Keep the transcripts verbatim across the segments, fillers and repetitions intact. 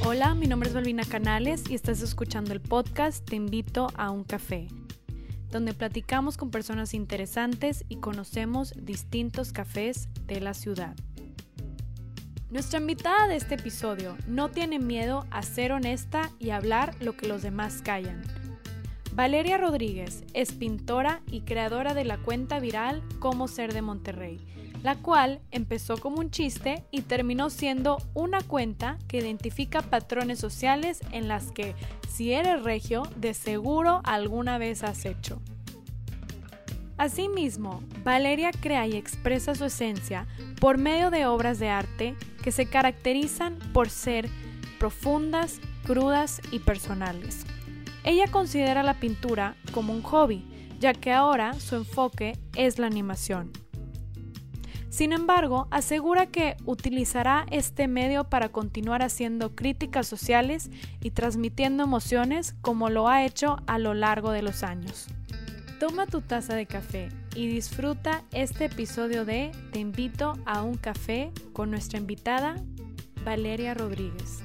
Hola, mi nombre es Balbina Canales y estás escuchando el podcast Te invito a un café, donde platicamos con personas interesantes y conocemos distintos cafés de la ciudad. Nuestra invitada de este episodio no tiene miedo a ser honesta y hablar lo que los demás callan. Valeria Rodríguez es pintora y creadora de la cuenta viral Cómo Ser de Monterrey, la cual empezó como un chiste y terminó siendo una cuenta que identifica patrones sociales en las que, si eres regio, de seguro alguna vez has hecho. Asimismo, Valeria crea y expresa su esencia por medio de obras de arte que se caracterizan por ser profundas, crudas y personales. Ella considera la pintura como un hobby, ya que ahora su enfoque es la animación. Sin embargo, asegura que utilizará este medio para continuar haciendo críticas sociales y transmitiendo emociones como lo ha hecho a lo largo de los años. Toma tu taza de café y disfruta este episodio de Te invito a un café con nuestra invitada, Valeria Rodríguez.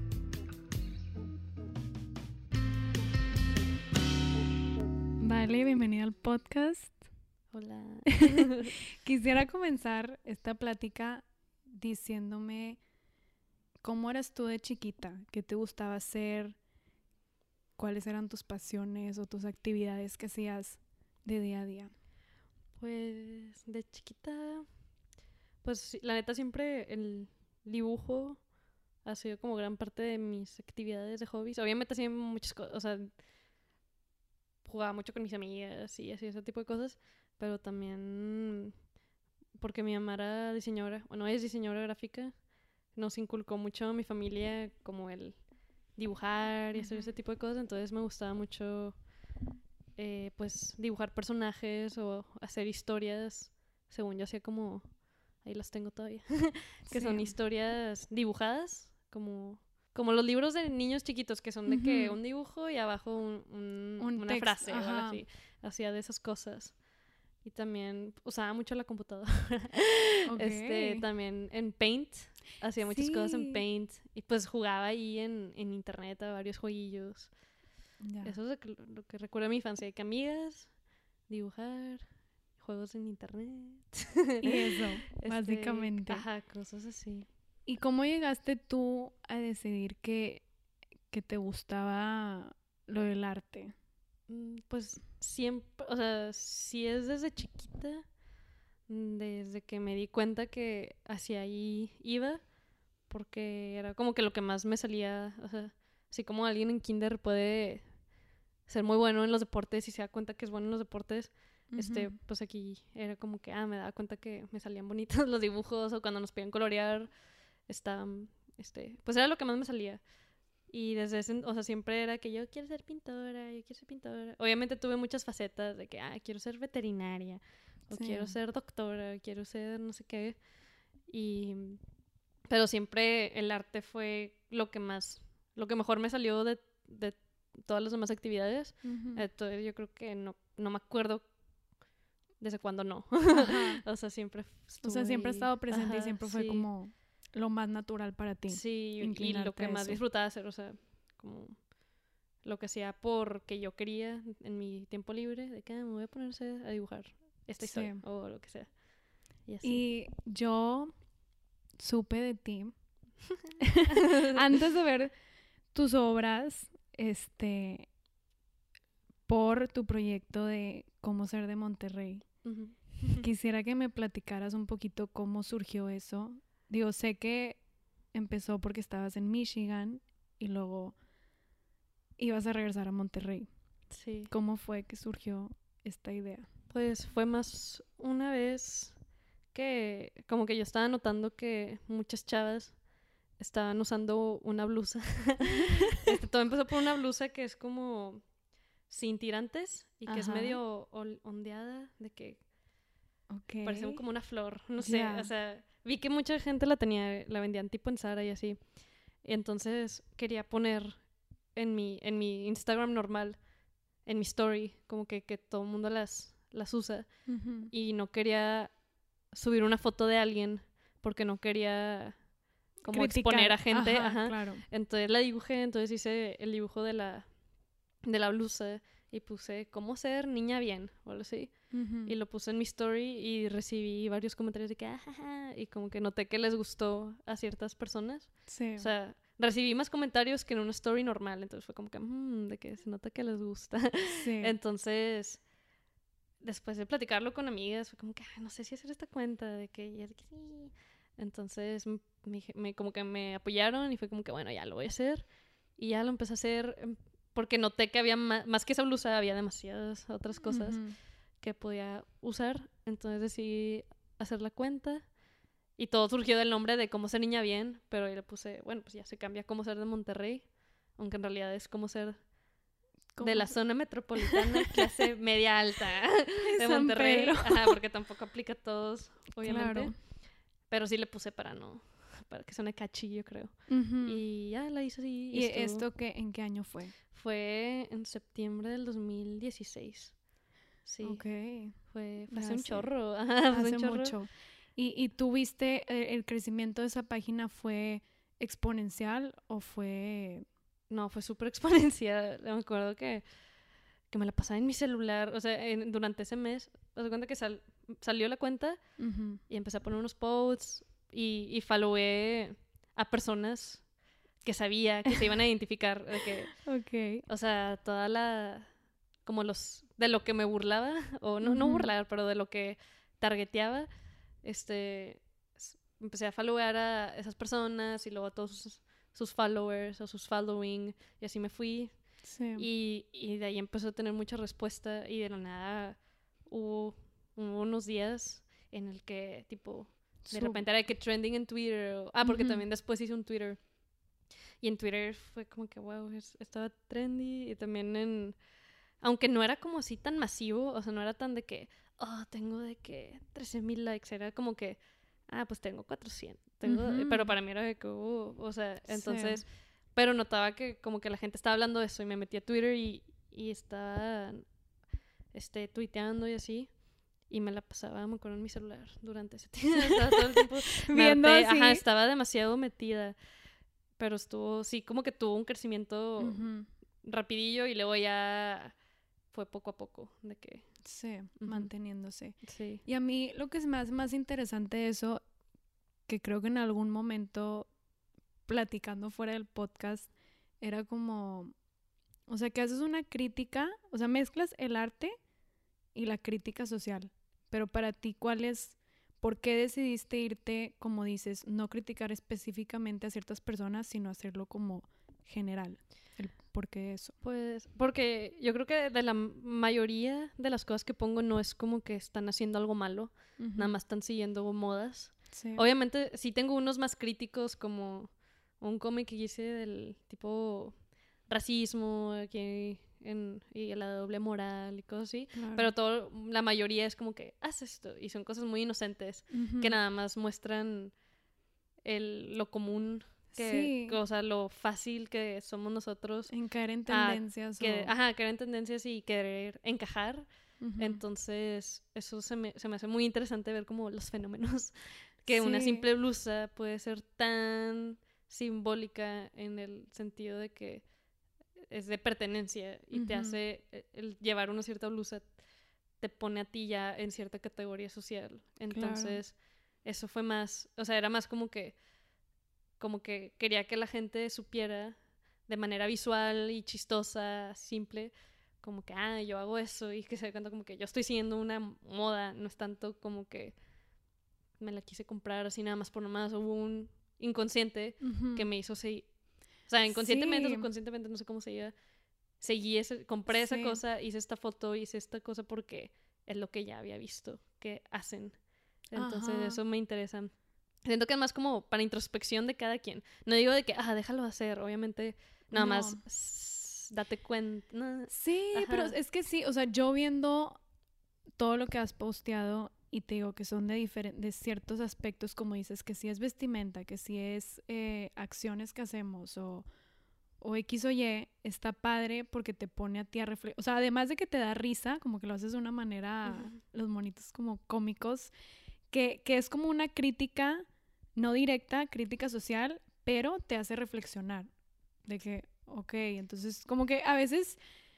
Vale, bienvenida al podcast. Hola. Quisiera comenzar esta plática diciéndome cómo eras tú de chiquita, qué te gustaba hacer, cuáles eran tus pasiones o tus actividades que hacías de día a día. Pues de chiquita, pues la neta siempre el dibujo ha sido como gran parte de mis actividades de hobbies. Obviamente hacía muchas cosas, o sea, jugaba mucho con mis amigas y así, ese tipo de cosas, pero también porque mi mamá era diseñadora, bueno, es diseñadora gráfica, nos inculcó mucho a mi familia como el dibujar y hacer ese tipo de cosas, entonces me gustaba mucho eh, pues dibujar personajes o hacer historias, según yo hacía como, ahí las tengo todavía, que sí. Son historias dibujadas, como... Como los libros de niños chiquitos, que son de uh-huh. que un dibujo y abajo un, un, un una text, frase ajá. o algo así. Hacía de esas cosas. Y también usaba mucho la computadora. Okay. Este, también en Paint. Hacía muchas sí. cosas en Paint. Y pues jugaba ahí en, en internet a varios jueguillos. Ya. Eso es lo que, lo que recuerdo de mi infancia. De que amigas, dibujar, juegos en internet. Y eso, este, básicamente. Ajá, cosas así. ¿Y cómo llegaste tú a decidir que, que te gustaba lo del arte? Pues siempre, o sea, sí es desde chiquita, desde que me di cuenta que hacia ahí iba, porque era como que lo que más me salía, o sea, así como alguien en kinder puede ser muy bueno en los deportes y se da cuenta que es bueno en los deportes, uh-huh. este, pues aquí era como que, ah, me daba cuenta que me salían bonitos los dibujos o cuando nos pedían colorear. Está, este, pues era lo que más me salía. Y desde ese, o sea, siempre era que yo quiero ser pintora, yo quiero ser pintora. Obviamente tuve muchas facetas de que, ah, quiero ser veterinaria, o sí. quiero ser doctora, o quiero ser no sé qué. Y, pero siempre el arte fue lo que más, lo que mejor me salió de, de todas las demás actividades. Uh-huh. Entonces yo creo que no, no me acuerdo desde cuándo no. O sea, siempre estuve... O sea, siempre ha estado presente. Ajá, y siempre fue sí. como... lo más natural para ti. Sí, y lo que más disfrutaba hacer, o sea, como lo que hacía porque yo quería en mi tiempo libre, de que ah, me voy a ponerse a dibujar esta historia sí. o lo que sea. Y, así. Y yo supe de ti antes de ver tus obras, este, por tu proyecto de Cómo Ser de Monterrey. Uh-huh. Quisiera que me platicaras un poquito cómo surgió eso. Digo, sé que empezó porque estabas en Michigan y luego ibas a regresar a Monterrey. Sí. ¿Cómo fue que surgió esta idea? Pues fue más una vez que como que yo estaba notando que muchas chavas estaban usando una blusa. este, todo empezó por una blusa que es como sin tirantes y que Ajá. es medio ondeada, de que okay. parece como una flor, no sé, yeah. o sea... Vi que mucha gente la tenía, la vendían tipo en Zara y así. Y entonces quería poner en mi, en mi Instagram normal, en mi story, como que, que todo el mundo las, las usa. Uh-huh. Y no quería subir una foto de alguien porque no quería como Criticar. exponer a gente. Ajá, Ajá. claro. Entonces la dibujé, entonces hice el dibujo de la, de la blusa y puse cómo ser niña bien, o algo así. Uh-huh. Y lo puse en mi story y recibí varios comentarios de que, ajaja, y como que noté que les gustó a ciertas personas. Sí. O sea, recibí más comentarios que en una story normal, entonces fue como que, mmm, de que se nota que les gusta. Sí. Entonces, después de platicarlo con amigas, fue como que, "Ay, no sé si hacer esta cuenta", de que, y es de que sí. Entonces, m- me, me- como que me apoyaron y fue como que, bueno, ya lo voy a hacer. Y ya lo empecé a hacer em, porque noté que había ma- más que esa blusa, había demasiadas otras cosas Ujú. que podía usar. Entonces decidí hacer la cuenta. Y todo surgió del nombre de Cómo ser niña bien, pero ahí le puse, bueno, pues ya se cambia Cómo ser de Monterrey, aunque en realidad es Cómo ser de la ¿Cómo? zona metropolitana, clase media alta de San Monterrey. Pedro. Ajá, porque tampoco aplica a todos, obviamente. Claro. Pero sí le puse para no, para que suene catchy, yo creo. Ujú. Y ya la hice así. ¿Y estuvo- esto qué, en qué año fue? Fue en septiembre del dos mil dieciséis. Sí, Ok. fue, fue Ya hace un hace- chorro. Ajá, fue Hace un chorro. mucho. ¿Y, y tú viste eh, el crecimiento de esa página fue exponencial o fue...? No, fue súper exponencial. Me acuerdo que, que me la pasaba en mi celular. O sea, en- durante ese mes, me cuenta que sal- salió la cuenta Ujú. y empecé a poner unos posts y, y followé a personas que sabía que se iban a identificar. De que, Ok. o sea, toda la... como los... de lo que me burlaba, o no, no Ujú. burlar, pero de lo que targeteaba, este... s- empecé a followear a esas personas y luego a todos sus, sus followers o sus following, y así me fui. Sí. Y, y de ahí empezó a tener mucha respuesta y de la nada hubo, hubo unos días en el que tipo de Su- repente era que trending en Twitter o- ah porque Ujú. también después hice un Twitter y en Twitter fue como que wow, es- estaba trendy y también en aunque no era como así tan masivo, o sea, no era tan de que oh, tengo de que trece mil likes, era como que ah, pues tengo cuatrocientos, tengo, Ujú. pero para mí era de que uh, o sea, Sí. entonces pero notaba que como que la gente estaba hablando de eso y me metí a Twitter y, y estaba este, tuiteando y así. Y me la pasaba, me acuerdo, en mi celular durante ese tiempo. Estaba todo el tiempo me Viendo harté, así. ajá, estaba demasiado metida. Pero estuvo, sí, como que tuvo un crecimiento Ujú. rapidillo y luego ya fue poco a poco de que, Sí, Ujú. manteniéndose. sí. Y a mí lo que se me hace más interesante de eso, que creo que en algún momento platicando fuera del podcast, era como, o sea, que haces una crítica, o sea, mezclas el arte y la crítica social, pero para ti, ¿cuál es, por qué decidiste irte, como dices, no criticar específicamente a ciertas personas, sino hacerlo como general? El por qué eso. Pues, porque yo creo que de la mayoría de las cosas que pongo no es como que están haciendo algo malo, Ujú. nada más están siguiendo modas. Sí. Obviamente sí tengo unos más críticos como un cómic que hice del tipo racismo aquí en, y la doble moral y cosas así. Claro. Pero todo, la mayoría es como que haz esto y son cosas muy inocentes Ujú. que nada más muestran el, lo común, que, Sí. que, o sea, lo fácil que somos nosotros. En caer en Ah, tendencias que, o... ajá, creer en tendencias y querer encajar. Ujú. Entonces, eso se me, se me hace muy interesante ver como los fenómenos. Que Sí. una simple blusa puede ser tan simbólica en el sentido de que es de pertenencia y te Ujú. hace el llevar una cierta blusa te pone a ti ya en cierta categoría social. Entonces, eso fue más, o sea, era más como que como que quería que la gente supiera de manera visual y chistosa, simple, como que, ah, yo hago eso y que se dé cuenta como que yo estoy siguiendo una moda, no es tanto como que me la quise comprar así nada más por nomás, hubo un inconsciente Ujú. que me hizo seguir, o sea, inconscientemente o Sí. subconscientemente, no sé cómo se llama, seguí ese, compré esa Sí. cosa, hice esta foto, hice esta cosa porque es lo que ya había visto que hacen. Entonces Ajá. eso me interesa. Siento que es más como para introspección de cada quien. No digo de que, ah, déjalo hacer, obviamente, nada No. más s- date cuenta. No. Sí, Ajá. pero es que sí, o sea, yo viendo todo lo que has posteado y te digo que son de, diferen- de ciertos aspectos, como dices, que si es vestimenta, que si es eh, acciones que hacemos o, o X o Y, está padre porque te pone a ti a reflexionar. O sea, además de que te da risa, como que lo haces de una manera, Ujú. los monitos como cómicos, que, que es como una crítica no directa, crítica social, pero te hace reflexionar de que, ok, entonces como que a veces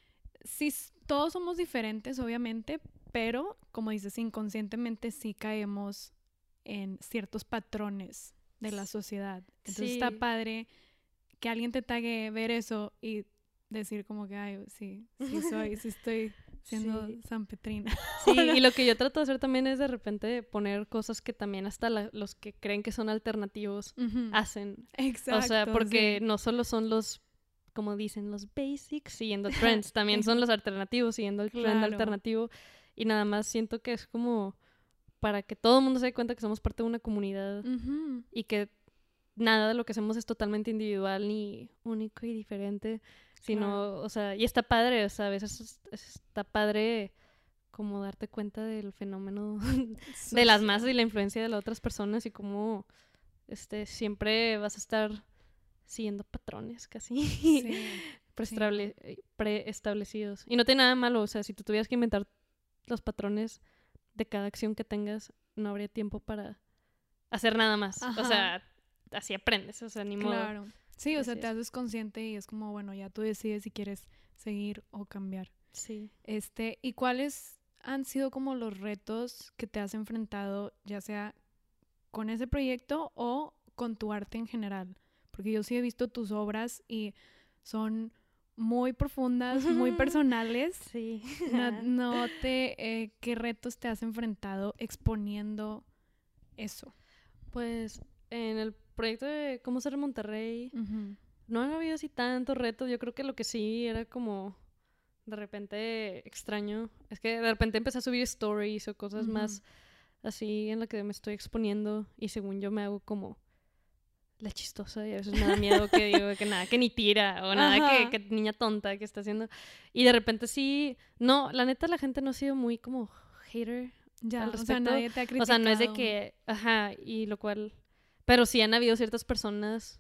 sí, s- todos somos diferentes, obviamente, pero como dices, inconscientemente sí caemos en ciertos patrones de la sociedad. Entonces está Sí, padre que alguien te tague ver eso y decir como que, ay, sí, sí soy, sí estoy siendo sí. San Petrina. Sí, y lo que yo trato de hacer también es de repente poner cosas que también hasta la- los que creen que son alternativos Ujú. hacen. Exacto, O sea, porque sí. no solo son los, como dicen, los basics siguiendo trends, también son los alternativos siguiendo el trend Claro. alternativo. Y nada más siento que es como para que todo el mundo se dé cuenta que somos parte de una comunidad Ujú. y que nada de lo que hacemos es totalmente individual ni único y diferente, sino, Claro. o sea, y está padre, o sea, a veces es- está padre como darte cuenta del fenómeno de las Social. masas y la influencia de las otras personas y cómo este, siempre vas a estar siguiendo patrones casi Sí, sí, no. preestable- eh, preestablecidos. Y no tiene nada malo, o sea, si tú tuvieras que inventar los patrones de cada acción que tengas, no habría tiempo para hacer nada más. Ajá. O sea, así aprendes, o sea, ni modo. Claro. Sí, o Así sea, te es. haces consciente y es como, bueno, ya tú decides si quieres seguir o cambiar. Sí. Este, ¿y cuáles han sido como los retos que te has enfrentado, ya sea con ese proyecto o con tu arte en general? Porque yo sí he visto tus obras y son muy profundas, muy personales. Sí. No, no te, eh, ¿qué retos te has enfrentado exponiendo eso? Pues en el proyecto de Cómo ser Monterrey Ujú. no han habido así tantos retos. Yo creo que lo que sí era como de repente extraño es que de repente empecé a subir stories o cosas Ujú. más así en la que me estoy exponiendo y según yo me hago como la chistosa y a veces me da miedo que digo que nada, que ni tira o nada, que, Ajá. que niña tonta que está haciendo. Y de repente sí, no, la neta la gente no ha sido muy como hater Ya, al o sea, respecto. nadie te ha O criticado. sea, no es de que, ajá, y lo cual, pero sí han habido ciertas personas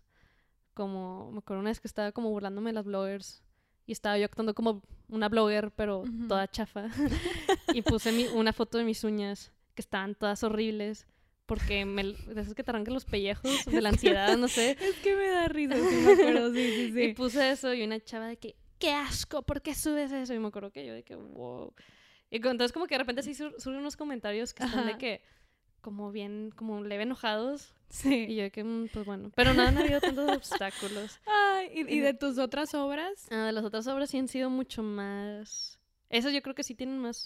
como, me acuerdo una vez que estaba como burlándome de las bloggers y estaba yo actuando como una blogger, pero Ujú. toda chafa. Y puse mi, una foto de mis uñas que estaban todas horribles porque me, de esas que te arrancan los pellejos de la ansiedad, no sé. Es que me da risa, sí me acuerdo, sí, sí, sí. Y puse eso y una chava de que, qué asco, ¿por qué subes eso? Y me acuerdo que yo de que, wow. Y co- entonces como que de repente sí sur- surgen unos comentarios que están de Ajá. que, como bien, como leve enojados. Y Sí. yo de que, mm, pues bueno. Pero no han habido tantos obstáculos. Ay, ¿y, y En de el- tus otras obras? Ah, de las otras obras sí han sido mucho más... Esas yo creo que sí tienen más,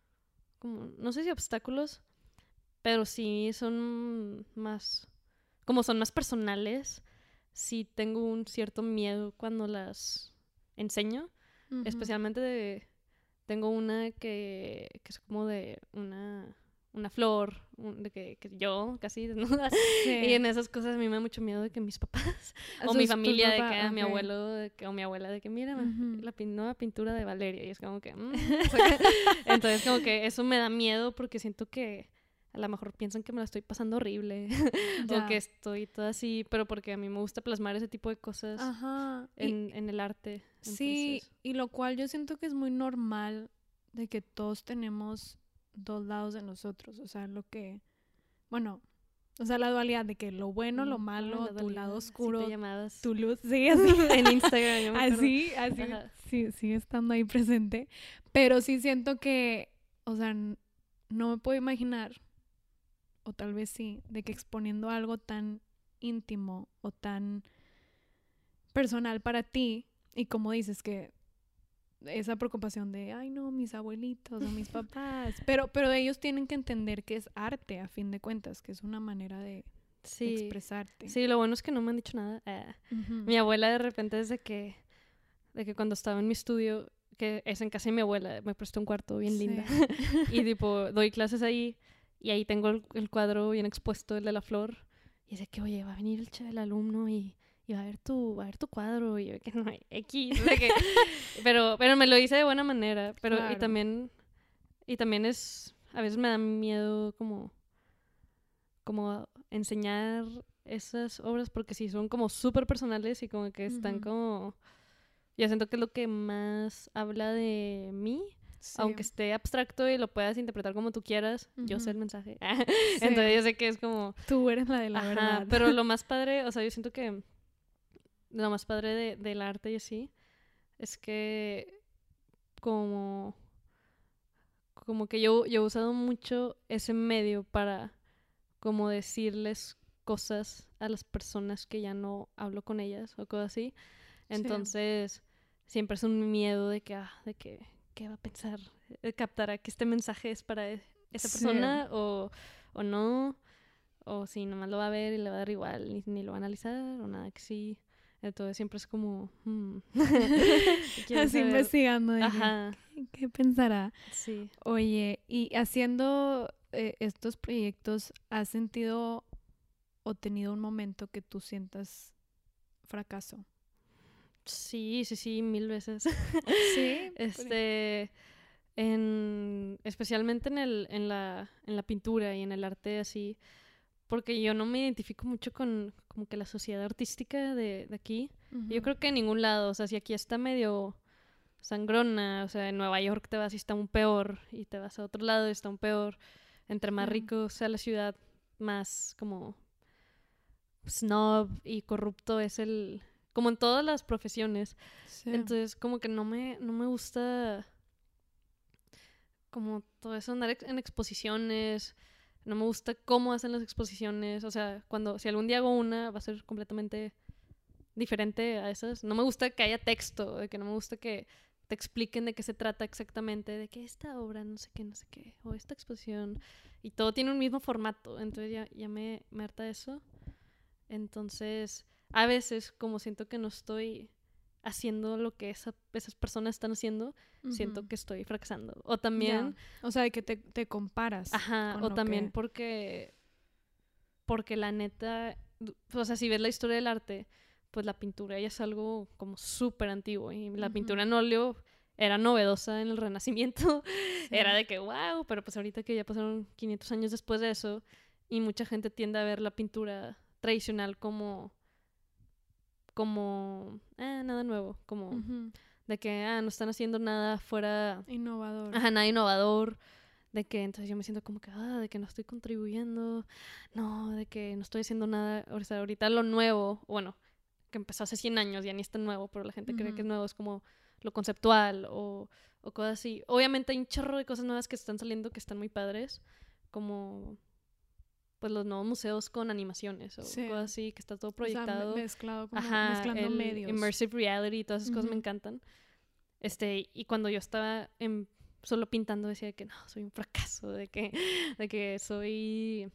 como, no sé si obstáculos, pero sí son más, como son más personales, sí tengo un cierto miedo cuando las enseño, Ujú. especialmente de, tengo una que, que es como de una, una flor, un- de que, que yo casi desnuda, Sí. y en esas cosas a mí me da mucho miedo de que mis papás A o mi sus- tus familia, de papás, que a mi ok. abuelo de que, o mi abuela, de que mira Ujú. la pin- nueva pintura de Valeria, y es como que... mm, o sea, entonces como que eso me da miedo porque siento que a lo mejor piensan que me la estoy pasando horrible o Ya. que estoy toda así, pero porque a mí me gusta plasmar ese tipo de cosas Ajá. Y, en, en el arte. sí, Entonces, y lo cual yo siento que es muy normal de que todos tenemos dos lados de nosotros. O sea, lo que, bueno, o sea, la dualidad de que lo bueno, lo mm, ah, malo, la tu dualidad, lado así te oscuro, llamabas tu luz. Sí, así. en Instagram, yo me acuerdo. Así, así, Ajá. sí, sigue estando ahí presente. Pero sí siento que, o sea, n- no me puedo imaginar, o tal vez sí, de que exponiendo algo tan íntimo o tan personal para ti, y como dices que esa preocupación de, ay no, mis abuelitos o mis papás, pero, pero ellos tienen que entender que es arte a fin de cuentas, que es una manera de Sí, expresarte. sí, lo bueno es que no me han dicho nada. Ah. Ujú. Mi abuela de repente desde que, de que cuando estaba en mi estudio, que es en casa de mi abuela, me prestó un cuarto bien Sí. linda. Y tipo, doy clases ahí y ahí tengo el, el cuadro bien expuesto, el de la flor. Y es de que, oye, va a venir el, ch- el alumno y, y va a ver tu, va a ver tu cuadro. Y yo que no hay X. De que, pero, pero me lo hice de buena manera. Pero, y Claro. también, y también es, a veces me da miedo como, como enseñar esas obras porque sí son como súper personales y como que están Ujú. como... Yo siento que es lo que más habla de mí Sí. Aunque esté abstracto y lo puedas interpretar como tú quieras, uh-huh. yo sé el mensaje. Sí. Entonces yo sé que es como... Tú eres la de la Ajá, verdad. pero lo más padre, o sea, yo siento que lo más padre de, del arte y así es que como... Como que yo, yo he usado mucho ese medio para como decirles cosas a las personas que ya no hablo con ellas o cosas así. Entonces, sí. siempre es un miedo de que, ah, de que, ¿qué va a pensar? ¿Captará que este mensaje es para esa persona sí. o, o no? O si nomás lo va a ver y le va a dar igual, ni, ni lo va a analizar o nada que sí. Entonces siempre es como... Hmm. Así saber. Investigando de Ajá. ¿qué, qué pensará? Sí. Oye, y haciendo eh, estos proyectos, ¿has sentido o tenido un momento que tú sientas fracaso? Sí, sí, sí, mil veces. Sí. este, en, especialmente en el, en la, en la pintura y en el arte así, porque yo no me identifico mucho con como que la sociedad artística de, de aquí. Uh-huh. Yo creo que en ningún lado, o sea, si aquí está medio sangrona, o sea, en Nueva York te vas y está aún peor, y te vas a otro lado y está aún peor. Entre más uh-huh. rico sea la ciudad, más como snob y corrupto es el... como en todas las profesiones. Sí. Entonces, como que no me, no me gusta como todo eso, andar en exposiciones. No me gusta cómo hacen las exposiciones. O sea, cuando si algún día hago una, va a ser completamente diferente a esas. No me gusta que haya texto, de que no me gusta que te expliquen de qué se trata exactamente, de que esta obra, no sé qué, no sé qué, o esta exposición. Y todo tiene un mismo formato. Entonces ya, ya me, me harta eso. Entonces, a veces, como siento que no estoy haciendo lo que esa, esas personas están haciendo, uh-huh. siento que estoy fracasando. O también... Yeah. O sea, que te, te comparas. Ajá, o también que... porque... Porque la neta... O sea, si ves la historia del arte, pues la pintura ya es algo como súper antiguo. Y la uh-huh. pintura en óleo era novedosa en el Renacimiento. Sí. Era de que, wow, pero pues ahorita que ya pasaron quinientos años después de eso, y mucha gente tiende a ver la pintura tradicional como... como, ah, nada nuevo, como uh-huh. de que, ah, no están haciendo nada fuera... Innovador. Ajá, nada innovador, de que entonces yo me siento como que, ah, de que no estoy contribuyendo, no, de que no estoy haciendo nada, o sea, ahorita lo nuevo, bueno, que empezó hace cien años, ya ni es tan nuevo, pero la gente uh-huh. cree que es nuevo, es como lo conceptual o, o cosas así. Obviamente hay un chorro de cosas nuevas que están saliendo que están muy padres, como... pues los nuevos museos con animaciones o sí. cosas así, que está todo proyectado. O sea, mezclado, como Ajá, mezclando el medios. Immersive reality y todas esas uh-huh. cosas me encantan. Este, y cuando yo estaba en, solo pintando decía que no, soy un fracaso, de que, de que soy,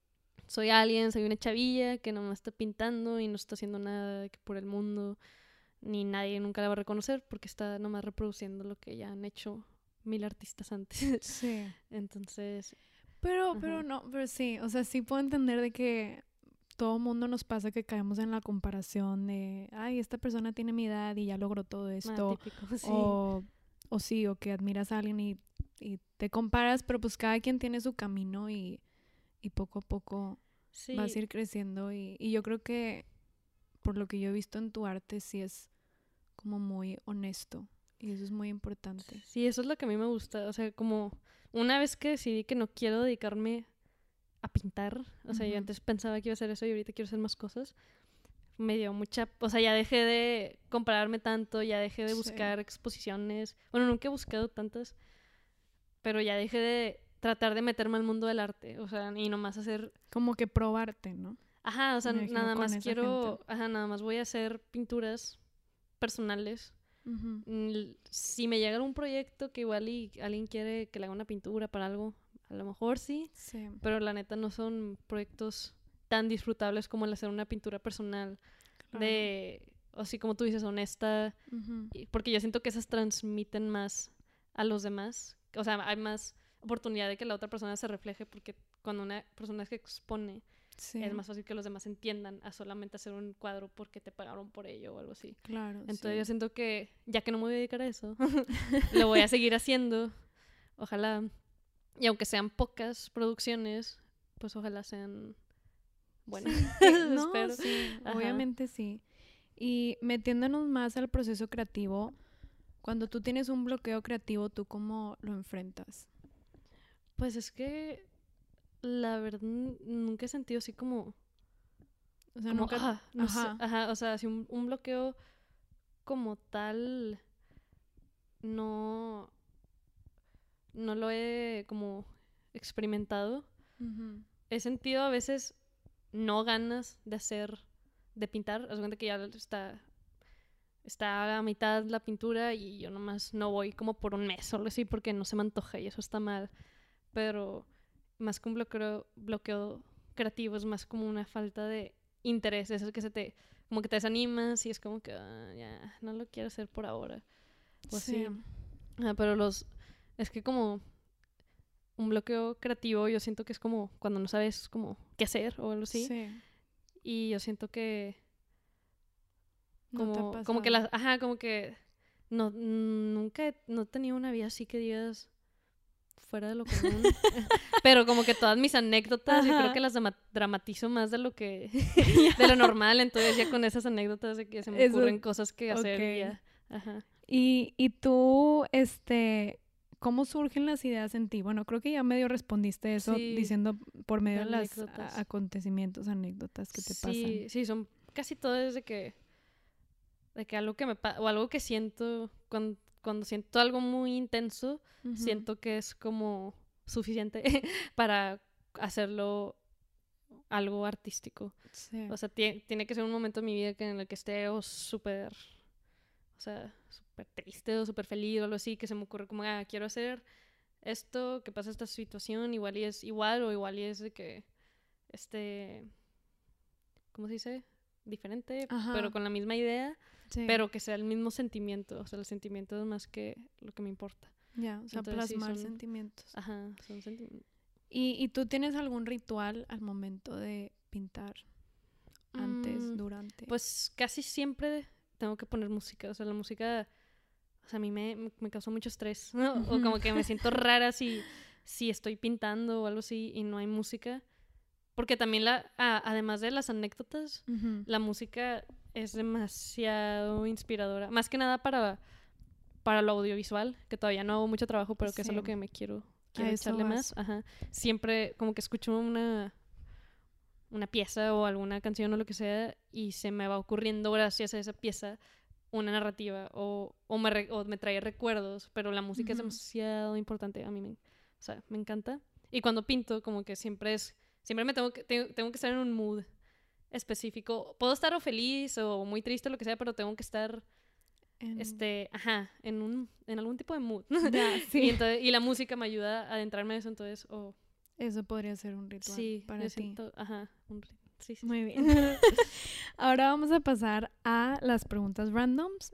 soy alguien, soy una chavilla que no me está pintando y no está haciendo nada de que por el mundo, ni nadie nunca la va a reconocer porque está nomás reproduciendo lo que ya han hecho mil artistas antes. Sí. Entonces... Pero, Ajá. pero no, pero sí, o sea, sí puedo entender de que todo mundo nos pasa que caemos en la comparación de, ay, esta persona tiene mi edad y ya logró todo esto. Ah, típico, sí. O, o sí, o que admiras a alguien y, y te comparas, pero pues cada quien tiene su camino y, y poco a poco sí. vas a ir creciendo. Y, y yo creo que por lo que yo he visto en tu arte sí es como muy honesto y eso es muy importante. Sí, eso es lo que a mí me gusta, o sea, como... Una vez que decidí que no quiero dedicarme a pintar, o sea, uh-huh. yo antes pensaba que iba a hacer eso y ahorita quiero hacer más cosas, me dio mucha... O sea, ya dejé de compararme tanto, ya dejé de buscar sí. exposiciones. Bueno, nunca he buscado tantas, pero ya dejé de tratar de meterme al mundo del arte, o sea, y nomás hacer... Como que probarte, ¿no? Ajá, o sea, nada más quiero... Gente. Ajá, nada más voy a hacer pinturas personales. Uh-huh. Si me llega un proyecto que igual y alguien quiere que le haga una pintura para algo, a lo mejor sí, sí. pero la neta no son proyectos tan disfrutables como el hacer una pintura personal claro. de, o así como tú dices, honesta, uh-huh. porque yo siento que esas transmiten más a los demás, o sea, hay más oportunidad de que la otra persona se refleje porque cuando una persona se expone sí. es más fácil que los demás entiendan a solamente hacer un cuadro porque te pagaron por ello o algo así. Claro, entonces sí. yo siento que ya que no me voy a dedicar a eso lo voy a seguir haciendo, ojalá, y aunque sean pocas producciones pues ojalá sean buenas. Sí, no, espero. Sí, obviamente sí. Y metiéndonos más al proceso creativo, Cuando tú tienes un bloqueo creativo, ¿tú cómo lo enfrentas? Pues es que la verdad n- nunca he sentido así como, O sea, como nunca... ah, no sé, Ajá. ajá, o sea, así un, un bloqueo como tal, no, no lo he como experimentado. Ujú. He sentido a veces no ganas de hacer, de pintar. Haz de cuenta que ya está, está a mitad la pintura y yo nomás no voy como por un mes o algo así porque no se me antoja y eso está mal. Pero más que un bloqueo, bloqueo creativo es más como una falta de interés. Eso que se te, como que te desanimas y es como que ah, ya, no lo quiero hacer por ahora. Pues Sí. sí. Ah, pero los, es que como un bloqueo creativo yo siento que es como cuando no sabes como qué hacer o algo así. Sí. Y yo siento que ¿No te ha como, como que pasado? las, ajá, como que no, nunca he, no he tenido una vida así que digas fuera de lo común. Pero como que todas mis anécdotas, yo creo Ajá. que las dama- dramatizo más de lo que, de lo normal. Entonces ya con esas anécdotas de que se me Eso, ocurren cosas que hacer y ok. ya. Ajá. Y, y tú, este, ¿cómo surgen las ideas en ti? Bueno, creo que ya medio respondiste eso Sí, diciendo por medio de de los anécdotas. acontecimientos, anécdotas que te pasan. Sí, sí, son casi todas de que de que algo que me pasa, o algo que siento, cuando, cuando siento algo muy intenso, Ujú. siento que es como suficiente para hacerlo algo artístico. Sí. O sea, tie- tiene que ser un momento en mi vida que en el que esté o súper, o sea, súper triste o súper feliz o algo así, que se me ocurre como, ah, quiero hacer esto, que pasa esta situación, igual y es igual o igual y es de que, este, ¿cómo se dice? Diferente, pero Ajá. con la misma idea. Sí. Pero que sea el mismo sentimiento, o sea, el sentimiento es más que lo que me importa. Ya, o sea, Entonces sí plasmar son, sentimientos. ajá, son sentimientos. ¿Y, y tú tienes algún ritual al momento de pintar? Antes, Mm, durante. pues casi siempre tengo que poner música, o sea, la música, o sea, a mí me, me, me causa mucho estrés, ¿no? O como que me siento rara si, si estoy pintando o algo así y no hay música. Porque también, la, ah, además de las anécdotas, Ujú. la música es demasiado inspiradora. Más que nada para, para lo audiovisual, que todavía no hago mucho trabajo, pero que eso es Sí, lo que me quiero, a quiero eso echarle más. vas. Ajá. Siempre como que escucho una, una pieza o alguna canción o lo que sea y se me va ocurriendo gracias a esa pieza una narrativa o, o, me, re, o me trae recuerdos, pero la música es Ujú. demasiado importante a mí, me, o sea, me encanta. Y cuando pinto como que siempre es, siempre me tengo que, tengo, tengo que estar en un mood específico. Puedo estar o feliz o muy triste o lo que sea, pero tengo que estar En- este, ajá, en un en algún tipo de mood. Ya, y sí. entonces y la música me ayuda a adentrarme en eso, entonces oh, Eso podría ser un ritual sí, para yo ti. siento, ajá, un ri- sí, sí. Muy bien. Ahora vamos a pasar a las preguntas randoms.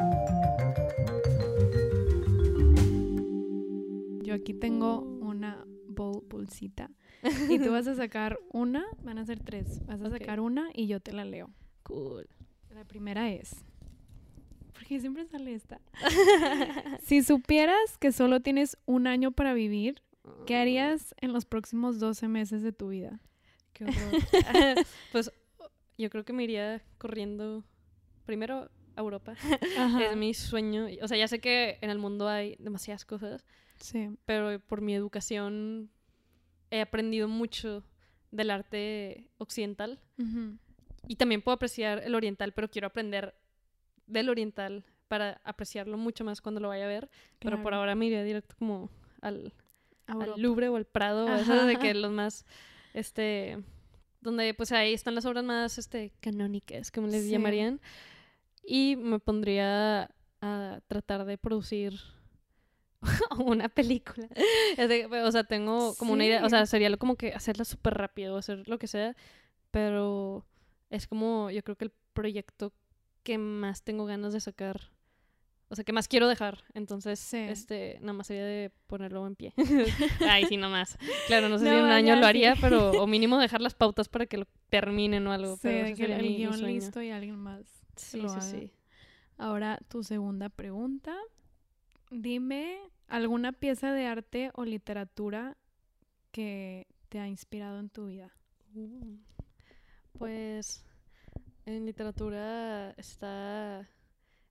Yo aquí tengo una bowl bolsita y tú vas a sacar una, van a ser tres. Vas a Ok. sacar una y yo te la leo. Cool. La primera es, porque siempre sale esta. Si supieras que solo tienes un año para vivir, ¿qué harías en los próximos doce meses de tu vida? Qué horror. Pues yo creo que me iría corriendo primero a Europa. Ajá. Es mi sueño. O sea, ya sé que en el mundo hay demasiadas cosas, Sí. pero por mi educación he aprendido mucho del arte occidental Ujú. y también puedo apreciar el oriental, pero quiero aprender del oriental para apreciarlo mucho más cuando lo vaya a ver. Pero por Claro. ahora me iría directo como al, A al Europa. Louvre o al Prado, Ajá. eso de que los más, este, donde pues ahí están las obras más, este, canónicas, como les Sí. llamarían. Y me pondría a tratar de producir una película. Es de- o sea, tengo como una idea, o sea, Sí. sería lo- como que hacerla súper rápido, hacer lo que sea, pero es como yo creo que el proyecto que más tengo ganas de sacar, o sea, que más quiero dejar, entonces, Sí. este, nada más sería de ponerlo en pie. Ay, sí, nomás. Claro, no sé si No, en un año ya, lo haría, sí. pero, o mínimo dejar las pautas para que lo terminen o algo, Sí, pero de ese que sería el mi, mi guión sueño. listo y alguien más Sí, lo sí, haga. sí. Ahora, tu segunda pregunta. Dime alguna pieza de arte o literatura que te ha inspirado en tu vida. Uh, Pues en literatura está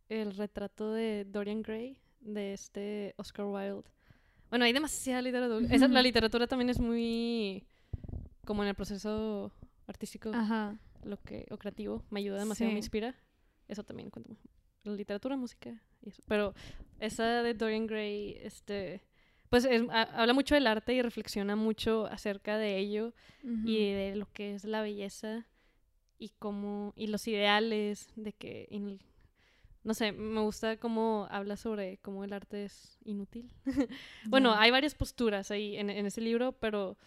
el retrato de Dorian Gray, de este Oscar Wilde. Bueno, hay demasiada literatura. Esa, la literatura también es muy como en el proceso artístico. Ajá. Lo que, o creativo, me ayuda demasiado, Sí. me inspira. Eso también cuento. La literatura, música y eso. Pero esa de Dorian Gray, este, pues es, a, habla mucho del arte y reflexiona mucho acerca de ello Uh-huh. y de lo que es la belleza y cómo, y los ideales de que, in, no sé, me gusta cómo habla sobre cómo el arte es inútil. Bueno, Yeah. hay varias posturas ahí en, en ese libro, pero,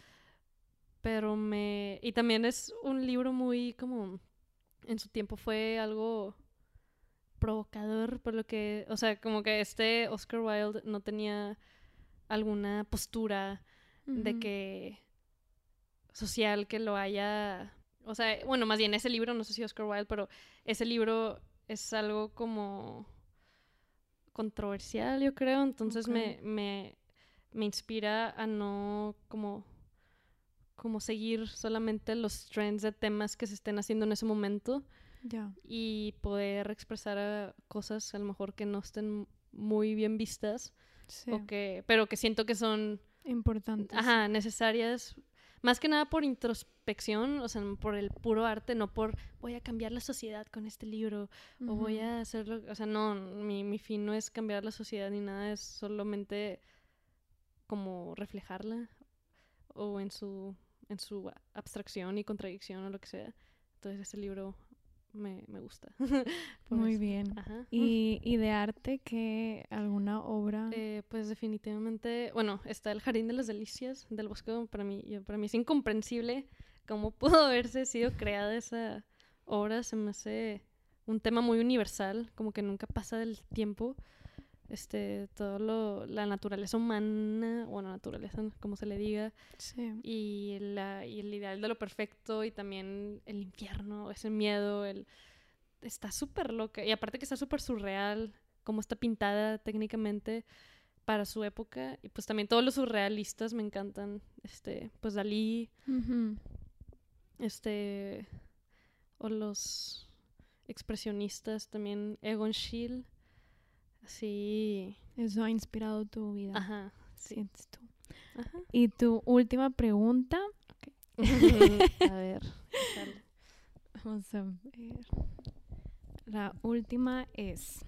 pero me, y también es un libro muy como, en su tiempo fue algo provocador, por lo que, o sea, como que este Oscar Wilde no tenía alguna postura Uh-huh. de que social que lo haya, o sea, bueno, más bien ese libro, no sé si Oscar Wilde, pero ese libro es algo como controversial, yo creo, entonces Okay. me, me, me inspira a no como, como seguir solamente los trends de temas que se estén haciendo en ese momento Ya. y poder expresar a cosas a lo mejor que no estén muy bien vistas, Sí. o que, pero que siento que son Importante. ajá, necesarias, más que nada por introspección, o sea, por el puro arte, no por voy a cambiar la sociedad con este libro, Uh-huh. o voy a hacerlo, o sea, no, mi, mi fin no es cambiar la sociedad ni nada, es solamente como reflejarla, o en su, en su abstracción y contradicción o lo que sea. Entonces ese libro me, me gusta. Muy eso. bien. Ajá. ¿Y, y de arte qué? ¿Alguna obra? Eh, pues definitivamente, bueno, está El Jardín de las Delicias del Bosco. Para mí, yo, para mí es incomprensible cómo pudo haberse sido creada esa obra. Se me hace un tema muy universal, como que nunca pasa del tiempo. Este, todo lo, la naturaleza humana, bueno, naturaleza, como se le diga, Sí. y, la, y el ideal de lo perfecto, y también el infierno, ese miedo, el, está súper loca. Y aparte que está súper surreal, cómo está pintada técnicamente para su época. Y pues también todos los surrealistas me encantan. Este, pues Dalí, Uh-huh. este, o los expresionistas también, Egon Schiele. Así, Eso ha inspirado tu vida. ajá, sí. Sientes tú. Ajá. Y tu última pregunta. A ver, ¿qué tal? Vamos a ver. La última es.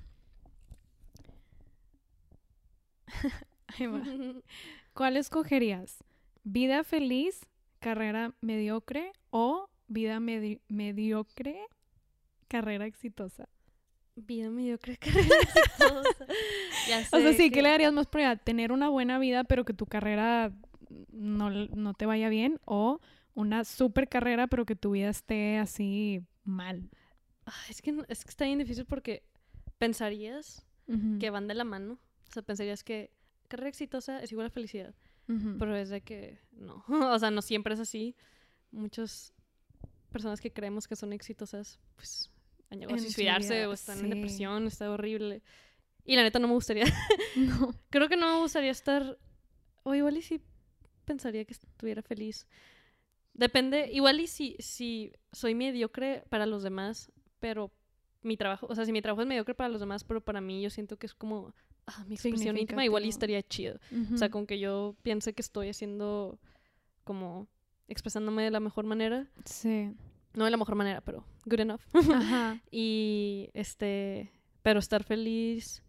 Ahí va. ¿Cuál escogerías? ¿Vida feliz, carrera mediocre o vida medi- mediocre, carrera exitosa? Vida mediocre, carrera exitosa. Ya sé O sea, sí, que... ¿qué le darías más prioridad? ¿Tener una buena vida pero que tu carrera no, no te vaya bien? ¿O una super carrera pero que tu vida esté así mal? Ah, es, que, no- es que está bien difícil porque pensarías Uh-huh. que van de la mano. O sea, pensarías que carrera exitosa es igual a felicidad. Uh-huh. Pero es de que no. O sea, no siempre es así. Muchas personas que creemos que son exitosas, pues han llegado a En su suicidarse vida, o están sí. en depresión, está horrible. Y la neta no me gustaría. No. Creo que no me gustaría estar. O igual y si pensaría que estuviera feliz. Depende. Igual y si, si soy mediocre para los demás, pero mi trabajo, o sea, si mi trabajo es mediocre para los demás, pero para mí yo siento que es como ah, mi expresión íntima, igual y Significativo. estaría chido. Uh-huh. O sea, con que yo piense que estoy haciendo como expresándome de la mejor manera. Sí. No de la mejor manera, pero good enough. Ajá. Y este, pero estar feliz.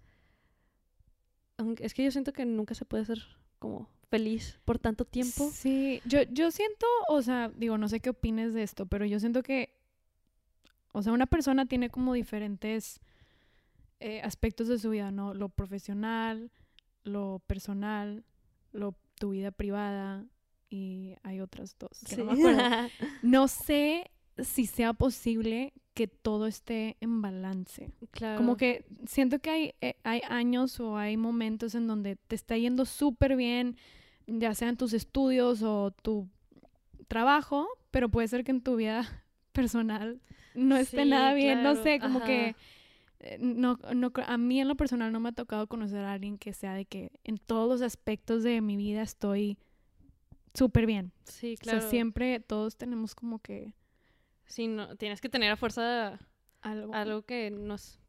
Aunque es que yo siento que nunca se puede ser como feliz por tanto tiempo. Sí, yo, yo siento, o sea, digo, no sé qué opines de esto, pero yo siento que, o sea, una persona tiene como diferentes eh, aspectos de su vida, ¿no? Lo profesional, lo personal, lo, tu vida privada y hay otras dos que Sí. no me acuerdo. No sé si sea posible que todo esté en balance. Claro. Como que siento que hay, eh, hay años o hay momentos en donde te está yendo súper bien, ya sea en tus estudios o tu trabajo, pero puede ser que en tu vida personal no esté Sí, nada bien. No claro, sé, como ajá. que eh, no, no, a mí en lo personal no me ha tocado conocer a alguien que sea de que en todos los aspectos de mi vida estoy súper bien. Sí, O claro. sea, siempre todos tenemos como que Sí, no, tienes que tener a fuerza algo. algo que nos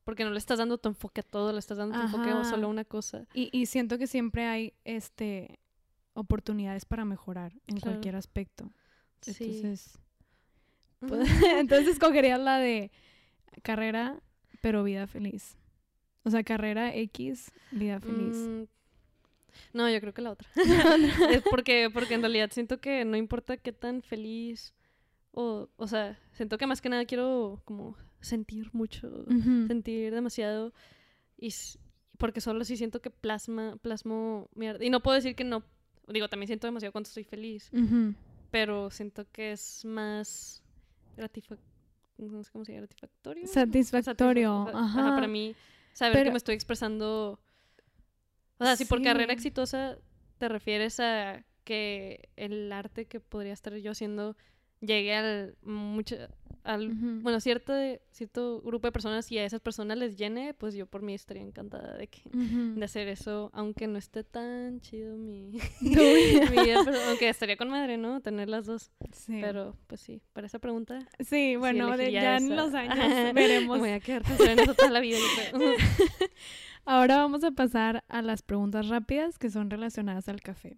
porque no le estás dando tu enfoque a todo, le estás dando tu enfoque a solo una cosa. Y, y siento que siempre hay este oportunidades para mejorar en Claro. cualquier aspecto. Sí. Entonces, pues, entonces escogerías la de carrera, pero vida feliz. O sea, carrera X, vida feliz. Mm, no, yo creo que la otra. Es porque, porque en realidad siento que no importa qué tan feliz o, o sea, siento que más que nada quiero como sentir mucho, Ujú. sentir demasiado y s- porque solo sí siento que plasma, plasmo mi arte. Y no puedo decir que no, digo, también siento demasiado cuando estoy feliz, Ujú. pero siento que es más gratificatorio. No sé cómo se llama, gratificatorio. Satisfactorio. Satisfa- Ajá. Ajá, para mí, saber Pero- que me estoy expresando. O sea, si por Sí. carrera exitosa te refieres a que el arte que podría estar yo haciendo llegue al mucho al Ujú. bueno, cierto cierto grupo de personas y a esas personas les llene, pues yo por mí estaría encantada de que Ujú. de hacer eso, aunque no esté tan chido mi, Tu vida. mi vida, pero aunque estaría con madre, ¿no? Tener las dos. Sí. Pero, pues sí, para esa pregunta. Sí, bueno, de- elegiría ya en esa. los años veremos. Me voy a quedar pensando en eso toda la vida, yo creo. Ahora vamos a pasar a las preguntas rápidas que son relacionadas al café.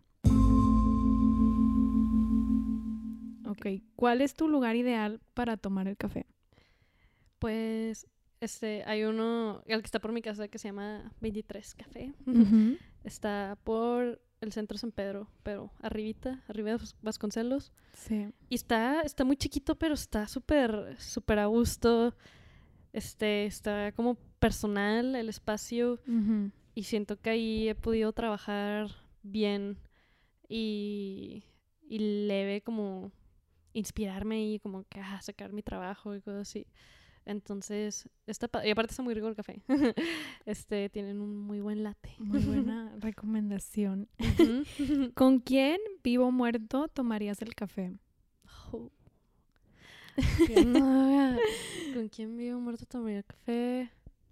Ok, ¿cuál es tu lugar ideal para tomar el café? Pues, este, hay uno, el que está por mi casa, que se llama veintitrés Café. Ujú. Está por el centro San Pedro, pero arribita, arriba de Vas- Vasconcelos. Sí. Y está, está muy chiquito, pero está súper, súper a gusto. Este, está como personal el espacio. Ujú. Y siento que ahí he podido trabajar bien y, y leve como inspirarme y como que ah, sacar mi trabajo y cosas así. Entonces, está pa- y aparte está muy rico el café. Este, tienen un muy buen latte. Muy buena recomendación. Ujú. ¿Con quién, vivo o muerto, tomarías el café? Oh. Que no, ¿con quién vivo muerto tomaría café?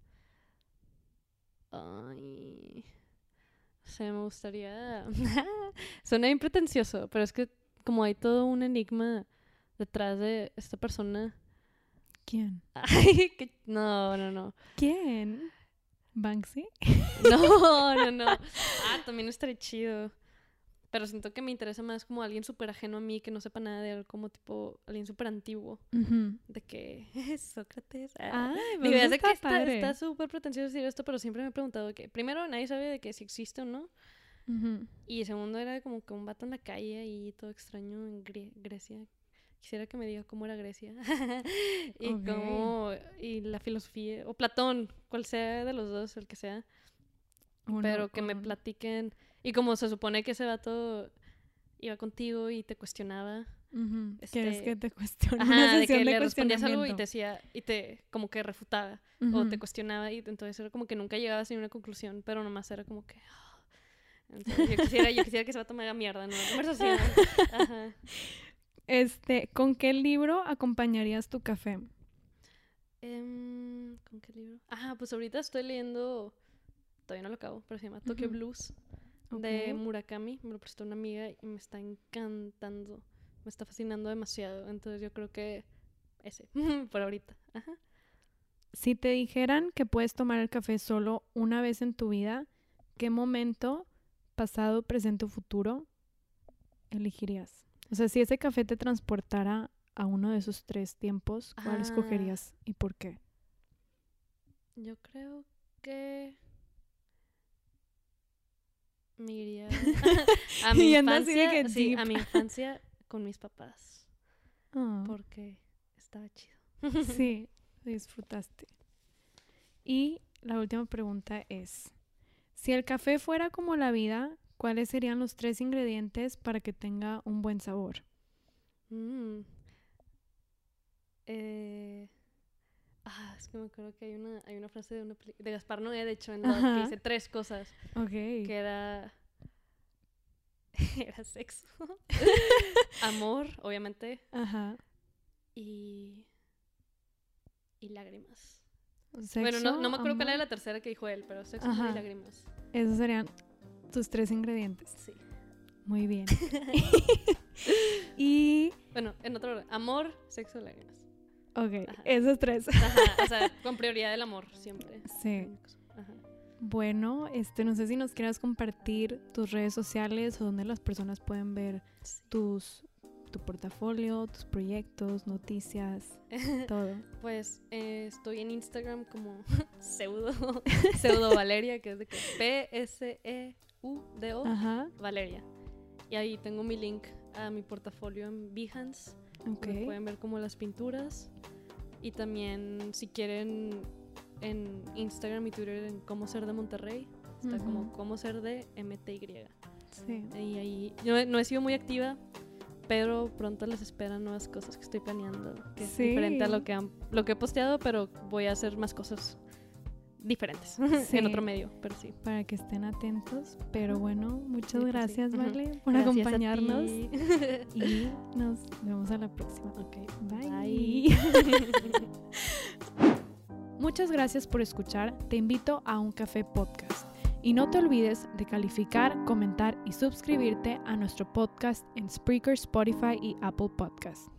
Ay, o sea, me gustaría... Suena bien pretencioso, pero es que como hay todo un enigma detrás de esta persona... ¿Quién? Ay, que... No, no, no. ¿Quién? ¿Banksy? No, no, no. Ah, también estaría chido. Pero siento que me interesa más como alguien súper ajeno a mí, que no sepa nada de él, como tipo alguien súper antiguo. Ujú. De que Sócrates. Ah. Ay, Digo, pues ya sé está que está padre. está súper pretencioso decir esto, pero siempre me he preguntado que, primero, nadie sabe de que si existe o no. Ujú. Y segundo, era como que un vato en la calle ahí, todo extraño en Gre- Grecia. Quisiera que me diga cómo era Grecia. Y Ok. cómo. Y la filosofía. O Platón, cual sea de los dos, el que sea. Uno, pero que me um, platiquen. Y como se supone que ese vato iba contigo y te cuestionaba. ujú. este- ¿Quieres que te cuestione? Ajá, Una de sesión que de le respondías algo y cuestionamiento. te decía, y te como que refutaba, o Ujú. te cuestionaba, y entonces era como que nunca llegabas a una conclusión, pero nomás era como que. ah. Entonces yo quisiera, yo quisiera que ese vato me haga mierda en una conversación. Ajá. Este, ¿con qué libro acompañarías tu café? Em, ¿Con qué libro? Ah, pues ahorita estoy leyendo, todavía no lo acabo, pero se llama Tokyo Ujú. Blues, de Ok. Murakami. Me lo prestó una amiga y me está encantando, me está fascinando demasiado. Entonces yo creo que ese, por ahorita. Ajá. Si te dijeran que puedes tomar el café solo una vez en tu vida, ¿qué momento, pasado, presente o futuro, elegirías? O sea, si ese café te transportara a uno de esos tres tiempos, ¿cuál Ah. escogerías y por qué? Yo creo que me iría a mi Yendo así de infancia, que sí, deep. a mi infancia con mis papás, Ah, porque estaba chido. sí, disfrutaste. Y la última pregunta es, si el café fuera como la vida, ¿cuáles serían los tres ingredientes para que tenga un buen sabor? Mm. Eh, ah, es que me acuerdo que hay una, hay una frase de, una peli- de Gaspar Noé, de hecho, en Dog, Ajá. que dice tres cosas, Ok. que era, era sexo, amor, obviamente, Ajá. y, y lágrimas. Sexo, bueno, no, no me acuerdo cuál amor. era la tercera que dijo él, pero sexo, amor Ajá. y lágrimas. Esos serían tus tres ingredientes. Sí. Muy bien. Y Bueno, en otro orden, amor, sexo, lágrimas. Ok, Ajá. esos tres. Ajá, o sea, con prioridad del amor, siempre. Sí. Ajá. Bueno, este, no sé si nos quieras compartir tus redes sociales o donde las personas pueden ver Sí. tus, tu portafolio, tus proyectos, noticias, todo. Pues eh, estoy en Instagram como pseudo, pseudo Valeria, que es de que P S E U D O Ajá, Valeria. Y ahí tengo mi link a mi portafolio en Behance. ok. Donde pueden ver como las pinturas. Y también si quieren en Instagram y Twitter en Cómo Ser de Monterrey. Está Ujú. como Cómo Ser de M T Y. Sí. Y ahí yo no he sido muy activa, pero pronto les esperan nuevas cosas que estoy planeando, que es Sí. diferente a lo que han, lo que he posteado, pero voy a hacer más cosas diferentes Sí. en otro medio, pero sí. Para que estén atentos. Pero Ajá. bueno, muchas Sí, pues sí. gracias, Ujú. Vale, por Gracias a acompañarnos. ti. Y nos vemos a la próxima. Ok, Bye. bye. Muchas gracias por escuchar. Te invito a Un Café Podcast. Y no te olvides de calificar, comentar y suscribirte a nuestro podcast en Spreaker, Spotify y Apple Podcast.